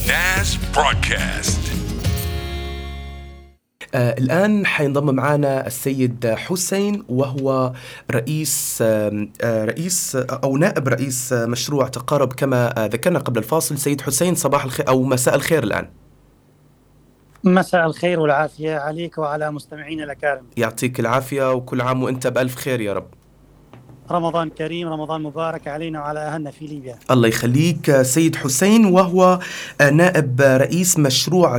ناس بودكاست. الآن حينضم معنا السيد حسين، وهو رئيس أو نائب رئيس مشروع تقارب كما ذكرنا قبل الفاصل. سيد حسين، صباح الخير أو مساء الخير الآن. مساء الخير والعافية عليك وعلى مستمعين الأكارم. يعطيك العافية وكل عام وأنت بألف خير يا رب. رمضان كريم، رمضان مبارك علينا وعلى أهلنا في ليبيا. الله يخليك سيد حسين، وهو نائب رئيس مشروع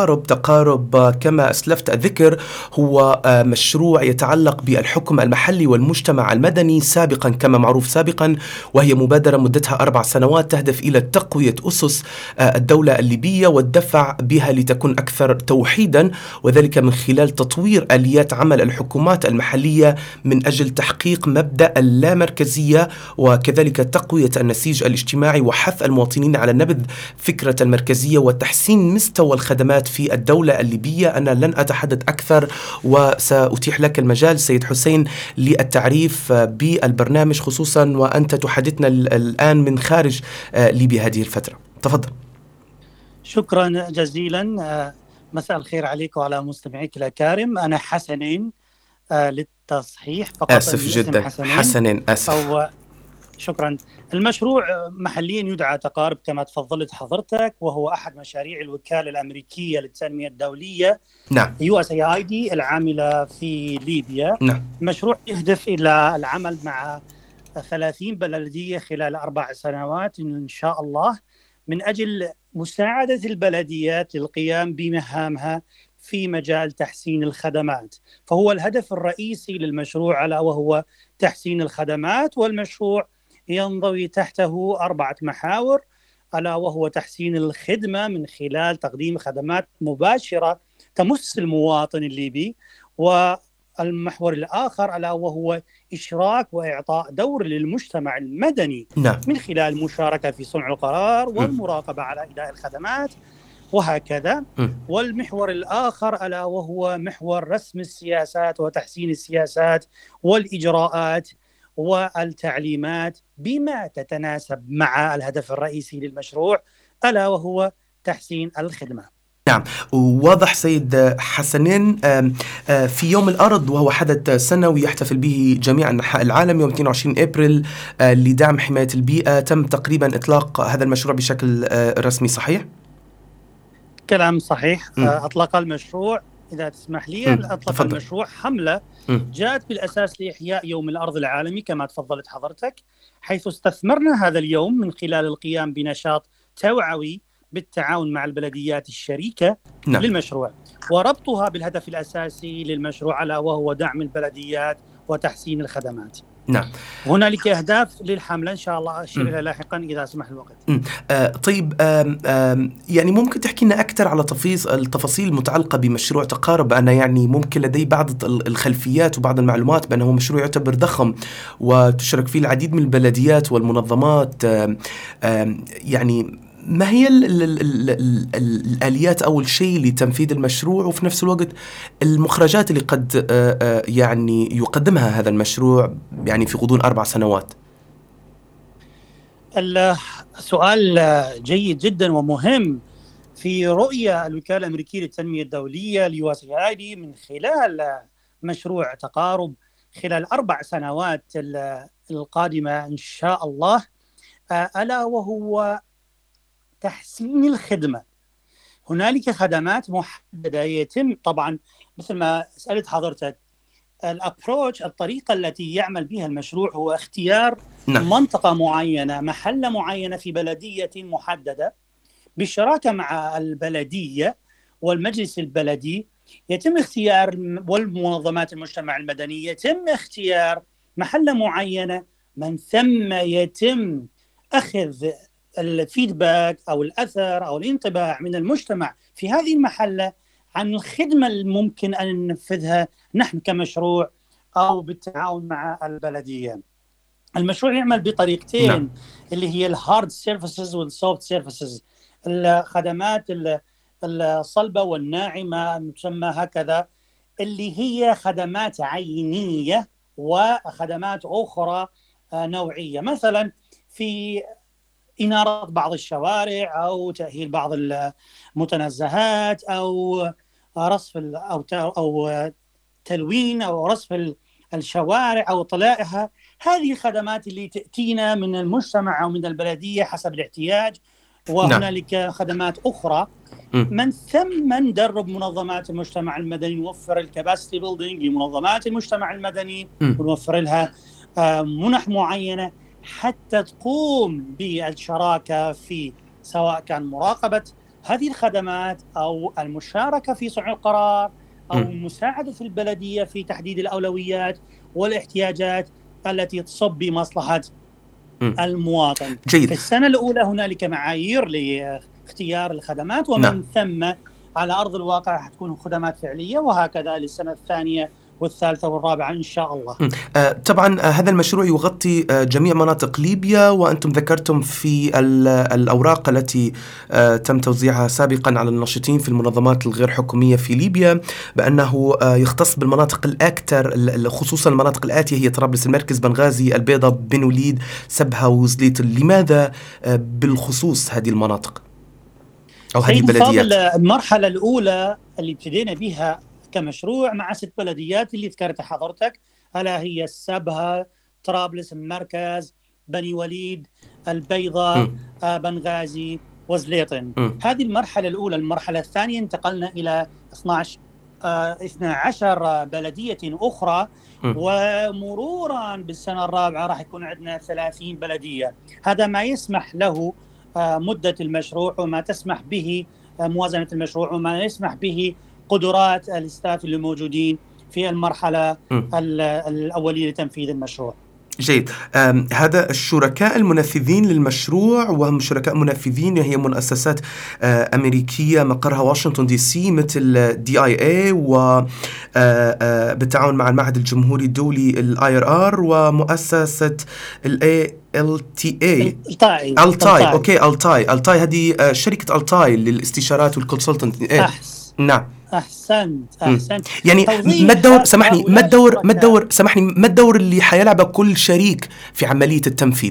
تقارب كما أسلفت الذكر. هو مشروع يتعلق بالحكم المحلي والمجتمع المدني سابقا كما معروف سابقا، وهي مبادرة مدتها 4 سنوات تهدف إلى تقوية أسس الدولة الليبية والدفع بها لتكون أكثر توحيدا، وذلك من خلال تطوير آليات عمل الحكومات المحلية من أجل تحقيق مبدأ اللامركزية، وكذلك تقوية النسيج الاجتماعي وحث المواطنين على نبذ فكرة المركزية وتحسين مستوى الخدمات في الدولة الليبية. أنا لن أتحدث أكثر وسأتيح لك المجال سيد حسين للتعريف بالبرنامج، خصوصا وأنت تحدثنا الآن من خارج ليبيا هذه الفترة. تفضل. شكرا جزيلا. مساء الخير عليك وعلى مستمعيك الأكارم. أنا حسنين للتصحيح فقط. آسف جدا حسنين، آسف. شكرا. المشروع محليا يدعى تقارب كما تفضلت حضرتك، وهو أحد مشاريع الوكالة الأمريكية للتنمية الدولية، نعم، USAID العاملة في ليبيا. نعم. المشروع يهدف إلى العمل مع 30 بلدية خلال 4 سنوات إن شاء الله، من أجل مساعدة البلديات للقيام بمهامها في مجال تحسين الخدمات. فهو الهدف الرئيسي للمشروع ألا وهو تحسين الخدمات، والمشروع ينضوي تحته 4 محاور، ألا وهو تحسين الخدمة من خلال تقديم خدمات مباشرة تمس المواطن الليبي، والمحور الآخر ألا وهو إشراك وإعطاء دور للمجتمع المدني، نعم، من خلال المشاركة في صنع القرار والمراقبة على أداء الخدمات وهكذا. والمحور الآخر ألا وهو محور رسم السياسات وتحسين السياسات والإجراءات والتعليمات بما تتناسب مع الهدف الرئيسي للمشروع ألا وهو تحسين الخدمة. نعم، وواضح سيد حسنين. في يوم الأرض، وهو حدث سنوي يحتفل به جميع أنحاء العالم يوم 22 أبريل لدعم حماية البيئة، تم تقريبا إطلاق هذا المشروع بشكل رسمي، صحيح؟ كلام صحيح. أطلق المشروع، إذا تسمح لي، أطلق تفضل. المشروع حملة جاءت بالأساس لإحياء يوم الأرض العالمي كما تفضلت حضرتك، حيث استثمرنا هذا اليوم من خلال القيام بنشاط توعوي بالتعاون مع البلديات الشريكة للمشروع، وربطها بالهدف الأساسي للمشروع ألا وهو دعم البلديات وتحسين الخدمات. نعم. هنالك أهداف للحملة إن شاء الله أشير إلى لاحقا إذا سمح الوقت. طيب، يعني ممكن تحكي لنا أكثر على التفاصيل المتعلقة بمشروع تقارب؟ أنا يعني ممكن لدي بعض الخلفيات وبعض المعلومات بأنه مشروع يعتبر ضخم وتشارك فيه العديد من البلديات والمنظمات. يعني ما هي الآليات أول شيء لتنفيذ المشروع، وفي نفس الوقت المخرجات اللي قد يعني يقدمها هذا المشروع يعني في غضون 4 سنوات؟ السؤال جيد جدا ومهم. في رؤية الوكالة الأمريكية للتنمية الدولية USAID من خلال مشروع تقارب خلال 4 سنوات القادمة إن شاء الله، ألا وهو تحسين الخدمة. هنالك خدمات محددة يتم، طبعا مثل ما سألت حضرتك، الابروتش، الطريقة التي يعمل بها المشروع هو اختيار منطقة معينة، محلة معينة في بلدية محددة، بالشراكة مع البلدية والمجلس البلدي يتم اختيار، والمنظمات المجتمع المدني يتم اختيار محلة معينة، من ثم يتم أخذ الفيدباك أو الأثر أو الانطباع من المجتمع في هذه المحلة عن الخدمة الممكن أن ننفذها نحن كمشروع أو بالتعاون مع البلدية. المشروع يعمل بطريقتين، اللي هي الهارد سيرفيسز والسوفت سيرفيسز، الخدمات الصلبة والناعمة تسمى هكذا، اللي هي خدمات عينية وخدمات أخرى نوعية. مثلا في إنارة بعض الشوارع أو تأهيل بعض المتنزهات أو رصف أو تلوين أو رصف الشوارع أو طلائها. هذه الخدمات اللي تأتينا من المجتمع أو من البلدية حسب الاحتياج. وهنالك خدمات أخرى من ثم ندرب منظمات المجتمع المدني، نوفر الكباسيتي بيلدينج لمنظمات المجتمع المدني ونوفر لها منح معينة حتى تقوم بالشراكة في سواء كان مراقبة هذه الخدمات أو المشاركة في صنع القرار أو مساعدة البلدية في تحديد الأولويات والاحتياجات التي تصب بمصلحة المواطن. جيد. في السنة الأولى هنالك معايير لاختيار الخدمات، ومن ثم على أرض الواقع حتكون خدمات فعلية، وهكذا للسنة الثانية والثالثة والرابعة إن شاء الله. طبعا هذا المشروع يغطي جميع مناطق ليبيا، وأنتم ذكرتم في الأوراق التي تم توزيعها سابقا على الناشطين في المنظمات الغير حكومية في ليبيا بأنه يختص بالمناطق الأكثر، خصوصا المناطق الآتية هي طرابلس، المركز، بنغازي، البيضة، بن وليد، سبها وزليت. لماذا بالخصوص هذه المناطق أو هذه البلديات؟ المرحلة الأولى اللي ابتدينا بها كمشروع مع 6 بلديات اللي ذكرتها حضرتك، ألا هي السبها، طرابلس، المركز، بني وليد، البيضة، بنغازي وزليطن. هذه المرحلة الأولى. المرحلة الثانية انتقلنا إلى 12 بلدية أخرى، ومرورا بالسنة الرابعة راح يكون عندنا 30 بلدية. هذا ما يسمح له مدة المشروع وما تسمح به موازنة المشروع وما يسمح به قدرات الاستاف اللي موجودين في المرحلة الأولية لتنفيذ المشروع. جيد. هذا الشركاء المنفذين للمشروع، وهم شركاء منفذين هي مؤسسات أمريكية مقرها واشنطن دي سي مثل DIA، وبالتعاون مع المعهد الجمهوري الدولي IRR ومؤسسة LTA ألتاي. أوكي، ألتاي هذه شركة ألتاي للاستشارات والكونسلتنت. نعم، أحسنت. يعني ما الدور اللي حيلعبه كل شريك في عملية التنفيذ؟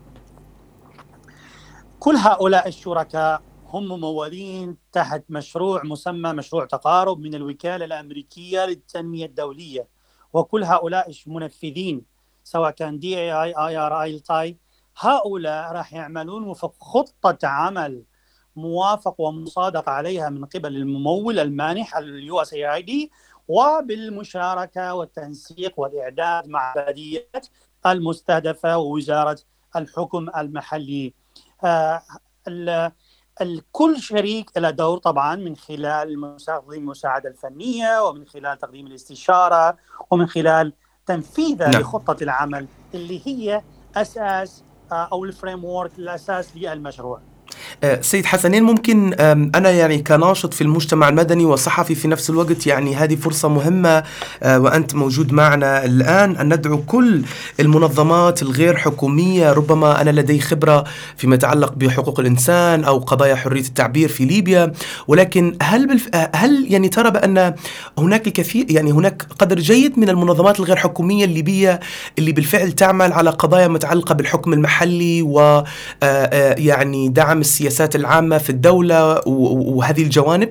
كل هؤلاء الشركاء هم ممولين تحت مشروع مسمى مشروع تقارب من الوكالة الأمريكية للتنمية الدولية، وكل هؤلاء المنفذين سواء كان DIA IRI ألتاي، هؤلاء راح يعملون وفق خطة عمل موافق ومصادق عليها من قبل الممول المانح USAID، وبالمشاركة والتنسيق والإعداد مع البلديات المستهدفة ووزارة الحكم المحلي. كل شريك له دور طبعا من خلال المساعدة الفنية ومن خلال تقديم الاستشارة ومن خلال تنفيذ لخطة العمل اللي هي أساس أو الفريم وورك الأساس للمشروع. سيد حسنين، ممكن أنا يعني كناشط في المجتمع المدني وصحفي في نفس الوقت، يعني هذه فرصة مهمة وأنت موجود معنا الآن، أن ندعو كل المنظمات الغير حكومية. ربما أنا لدي خبرة فيما يتعلق بحقوق الإنسان أو قضايا حرية التعبير في ليبيا، ولكن هل يعني ترى بأن هناك الكثير، يعني هناك قدر جيد من المنظمات الغير حكومية الليبية اللي بالفعل تعمل على قضايا متعلقة بالحكم المحلي ويعني دعم السياسات العامة في الدولة وهذه الجوانب؟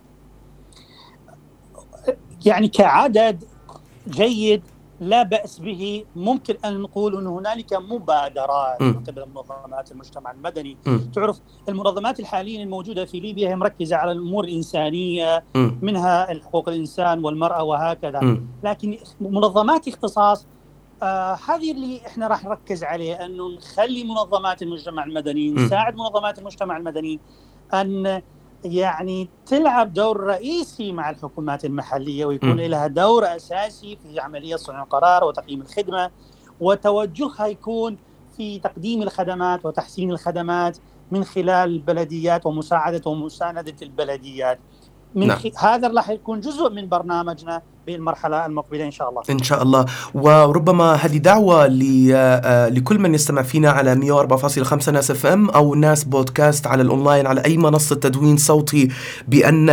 يعني كعدد جيد لا بأس به. ممكن أن نقول أن هنالك مبادرات من قبل منظمات المجتمع المدني. تعرف المنظمات الحالية الموجودة في ليبيا هي مركزة على الأمور الإنسانية، منها حقوق الإنسان والمرأة وهكذا، لكن منظمات اختصاص هذه اللي احنا راح نركز عليه، انه نخلي منظمات المجتمع المدني، نساعد منظمات المجتمع المدني ان يعني تلعب دور رئيسي مع الحكومات المحلية ويكون لها دور اساسي في عملية صنع القرار وتقييم الخدمة، وتوجهها يكون في تقديم الخدمات وتحسين الخدمات من خلال البلديات ومساعدة ومساندة البلديات. هذا راح يكون جزء من برنامجنا بالمرحلة المقبلة إن شاء الله. إن شاء الله. وربما هذه دعوة لكل من يستمع فينا على 104.5 ناس اف ام أو ناس بودكاست على الأونلاين على أي منصة تدوين صوتي، بأن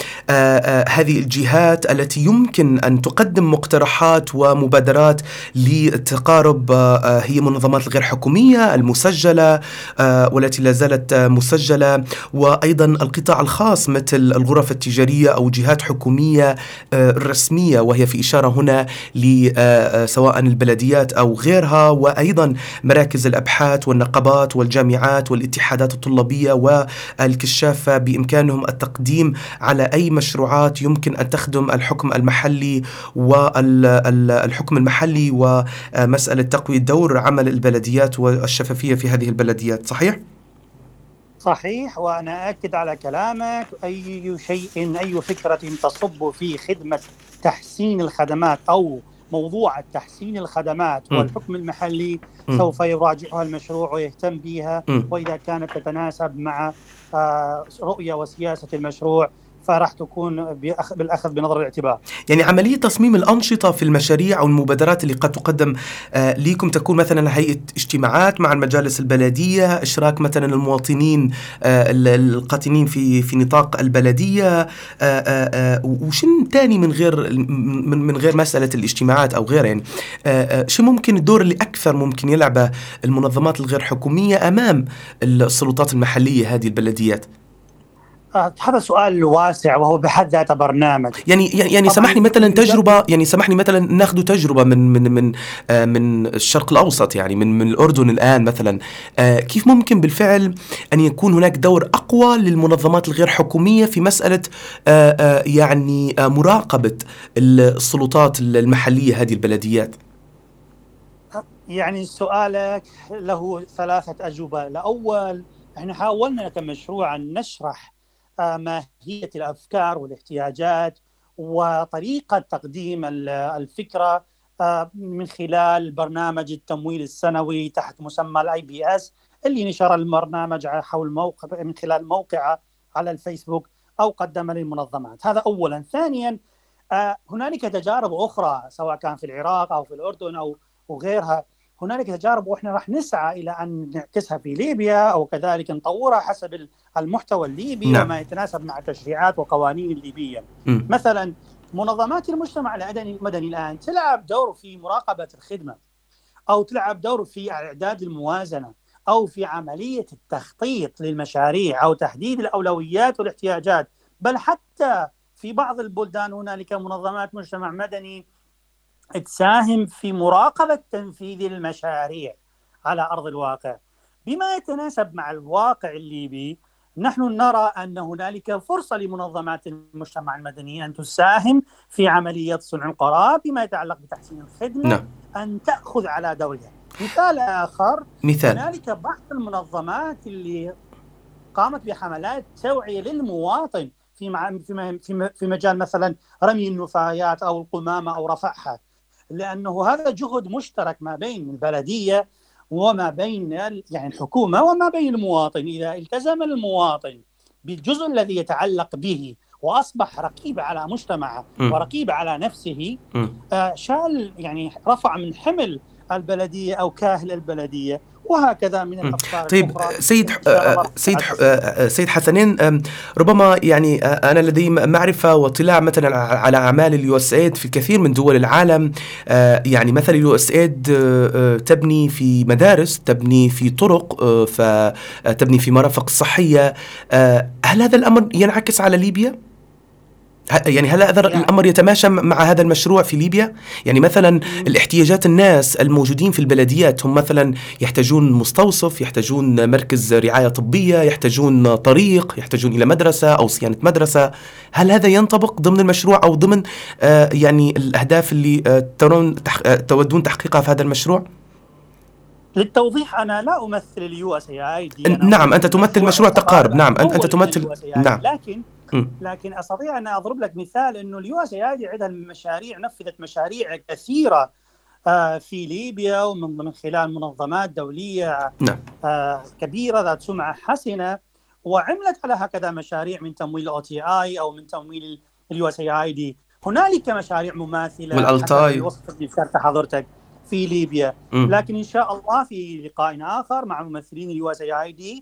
هذه الجهات التي يمكن أن تقدم مقترحات ومبادرات للتقارب هي منظمات الغير حكومية المسجلة والتي لا زالت مسجلة، وأيضا القطاع الخاص مثل الغرف التجارية أو جهات حكومية رسمية، وهي في إشارة هنا سواء البلديات أو غيرها، وأيضا مراكز الأبحاث والنقابات والجامعات والاتحادات الطلابية والكشافة، بإمكانهم التقديم على أي مشروعات يمكن أن تخدم الحكم المحلي والحكم المحلي ومسألة تقوية دور عمل البلديات والشفافية في هذه البلديات. صحيح؟ صحيح، وأنا أكد على كلامك. أي شيء، أي فكرة تصب في خدمة تحسين الخدمات أو موضوع تحسين الخدمات والحكم المحلي سوف يراجعها المشروع ويهتم بها، وإذا كانت تتناسب مع رؤية وسياسة المشروع فراح تكون بالأخذ بنظر الاعتبار. يعني عملية تصميم الأنشطة في المشاريع أو المبادرات اللي قد تقدم ليكم تكون مثلا هيئة اجتماعات مع المجالس البلدية، إشراك مثلا المواطنين القاطنين في نطاق البلدية، وشن تاني من غير مسألة الاجتماعات أو غير، يعني شو ممكن الدور اللي أكثر ممكن يلعبه المنظمات الغير حكومية أمام السلطات المحلية هذه البلديات؟ هذا سؤال واسع وهو بحد ذاته برنامج. يعني سمحني مثلا تجربة، يعني سمحني مثلا ناخذ تجربة من الشرق الأوسط، يعني من الأردن الآن مثلا. كيف ممكن بالفعل أن يكون هناك دور أقوى للمنظمات الغير حكومية في مسألة يعني مراقبة السلطات المحلية هذه البلديات؟ يعني سؤالك له 3 أجوبة. الأول، احنا حاولنا كمشروع أن نشرح ماهية الأفكار والاحتياجات وطريقة تقديم الفكرة من خلال برنامج التمويل السنوي تحت مسمى الIBS اللي نشر البرنامج حول موقع من خلال موقعه على الفيسبوك أو قدم للمنظمات. هذا أولا. ثانيا، هنالك تجارب أخرى سواء كان في العراق أو في الأردن أو غيرها، هنالك تجارب وإحنا راح نسعى إلى أن نعكسها في ليبيا أو كذلك نطورها حسب المحتوى الليبي. نعم. وما يتناسب مع تشريعات وقوانين الليبية. مثلا منظمات المجتمع المدني الآن تلعب دور في مراقبة الخدمة، أو تلعب دور في إعداد الموازنة، أو في عملية التخطيط للمشاريع، أو تحديد الأولويات والاحتياجات. بل حتى في بعض البلدان هنالك منظمات مجتمع مدني تساهم في مراقبة تنفيذ المشاريع على أرض الواقع بما يتناسب مع الواقع الليبي. نحن نرى أن هنالك فرصة لمنظمات المجتمع المدني أن تساهم في عملية صنع القرار بما يتعلق بتحسين الخدمة. نعم. أن تأخذ على دورها. مثال آخر، هنالك بعض المنظمات اللي قامت بحملات توعية للمواطن في مجال مثلا رمي النفايات أو القمامة أو رفعها، لأنه هذا جهد مشترك ما بين البلدية وما بين يعني الحكومة وما بين المواطن. إذا التزم المواطن بالجزء الذي يتعلق به وأصبح رقيب على مجتمعه ورقيب على نفسه، شال يعني رفع من حمل البلدية أو كاهل البلدية، وهكذا من الأفكار. طيب سيد حسنين، ربما يعني أنا لدي معرفة واطلاع مثلا على أعمال USAID في الكثير من دول العالم. يعني مثلا USAID تبني في مدارس، تبني في طرق، تبني في مرافق صحية. هل هذا الأمر ينعكس على ليبيا؟ يعني هل هذا الأمر يتماشى مع هذا المشروع في ليبيا؟ يعني مثلا الاحتياجات الناس الموجودين في البلديات هم مثلا يحتاجون مستوصف، يحتاجون مركز رعاية طبية، يحتاجون طريق، يحتاجون إلى مدرسة أو صيانة مدرسة. هل هذا ينطبق ضمن المشروع أو ضمن يعني الأهداف اللي تودون تحقيقها في هذا المشروع؟ للتوضيح، أنا لا أمثل USAID. نعم، أنت تمثل مشروع تقارب. نعم، أنت تمثل. نعم. لكن أستطيع أن أضرب لك مثال أنه USAID عندها مشاريع، نفذت مشاريع كثيرة في ليبيا ومن خلال منظمات دولية كبيرة ذات سمعة حسنة، وعملت على هكذا مشاريع من تمويل OTI أو من تمويل USAID. هنالك مشاريع مماثلة والألتاي حسب الوصف اللي ذكرت حضرتك في ليبيا. لكن إن شاء الله في لقاء آخر مع ممثلين الUSAID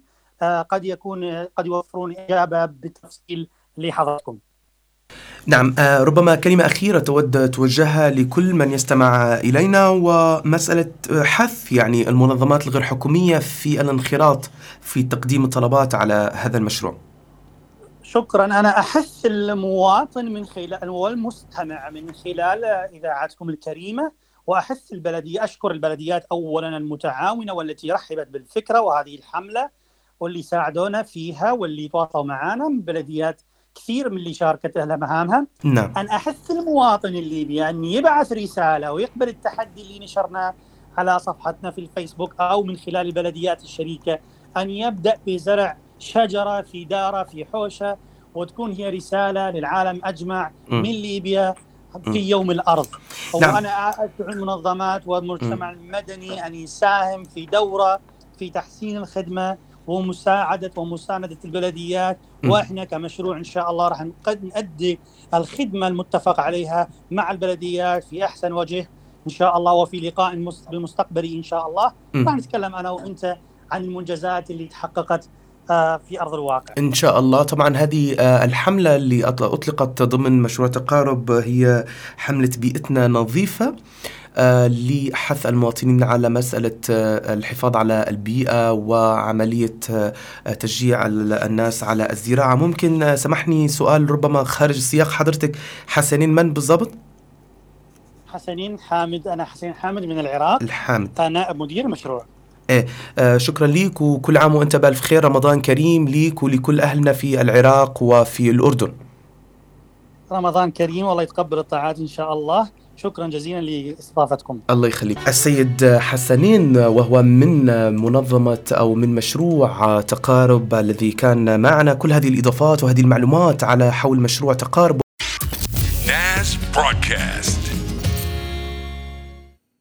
قد يوفرون إجابة بالتفصيل لحضراتكم. نعم، ربما كلمة أخيرة تود توجهها لكل من يستمع إلينا، ومسألة حث يعني المنظمات الغير حكومية في الانخراط في تقديم الطلبات على هذا المشروع. شكرا. أنا أحث المواطن من خلال والمستمع من خلال إذاعتكم الكريمة، وأحث البلدية. أشكر البلديات أولا المتعاونة والتي رحبت بالفكرة وهذه الحملة واللي ساعدونا فيها واللي تواصلوا معنا من بلديات كثير من اللي شاركت لها مهامها. نعم. أن أحث المواطن الليبي أن يبعث رسالة ويقبل التحدي اللي نشرناه على صفحتنا في الفيسبوك أو من خلال البلديات الشريكة، أن يبدأ بزرع شجرة في دارة في حوشة، وتكون هي رسالة للعالم أجمع من ليبيا في يوم الأرض. نعم. وأنا أدعو المنظمات والمجتمع المدني أن يساهم في دورة في تحسين الخدمة ومساندة البلديات. وإحنا كمشروع إن شاء الله راح نؤدي الخدمة المتفق عليها مع البلديات في أحسن وجه إن شاء الله. وفي لقاء بالمستقبل إن شاء الله راح نتكلم أنا وأنت عن المنجزات اللي تحققت في أرض الواقع إن شاء الله. طبعا هذه الحملة اللي أطلقت ضمن مشروع تقارب هي حملة بيئتنا نظيفة، لحث المواطنين على مسألة الحفاظ على البيئة وعملية تشجيع الناس على الزراعة. ممكن سمحني سؤال ربما خارج السياق، حضرتك حسنين من بالضبط؟ حسنين حامد. أنا حسين حامد من العراق. الحامد، نائب مدير المشروع. شكرا ليك، وكل عام وانت بألف خير. رمضان كريم ليك ولكل أهلنا في العراق وفي الأردن. رمضان كريم والله يتقبل الطاعات إن شاء الله. شكرا جزيلا لاستضافتكم. الله يخليك. السيد حسنين وهو من منظمة أو من مشروع تقارب الذي كان معنا، كل هذه الإضافات وهذه المعلومات على حول مشروع تقارب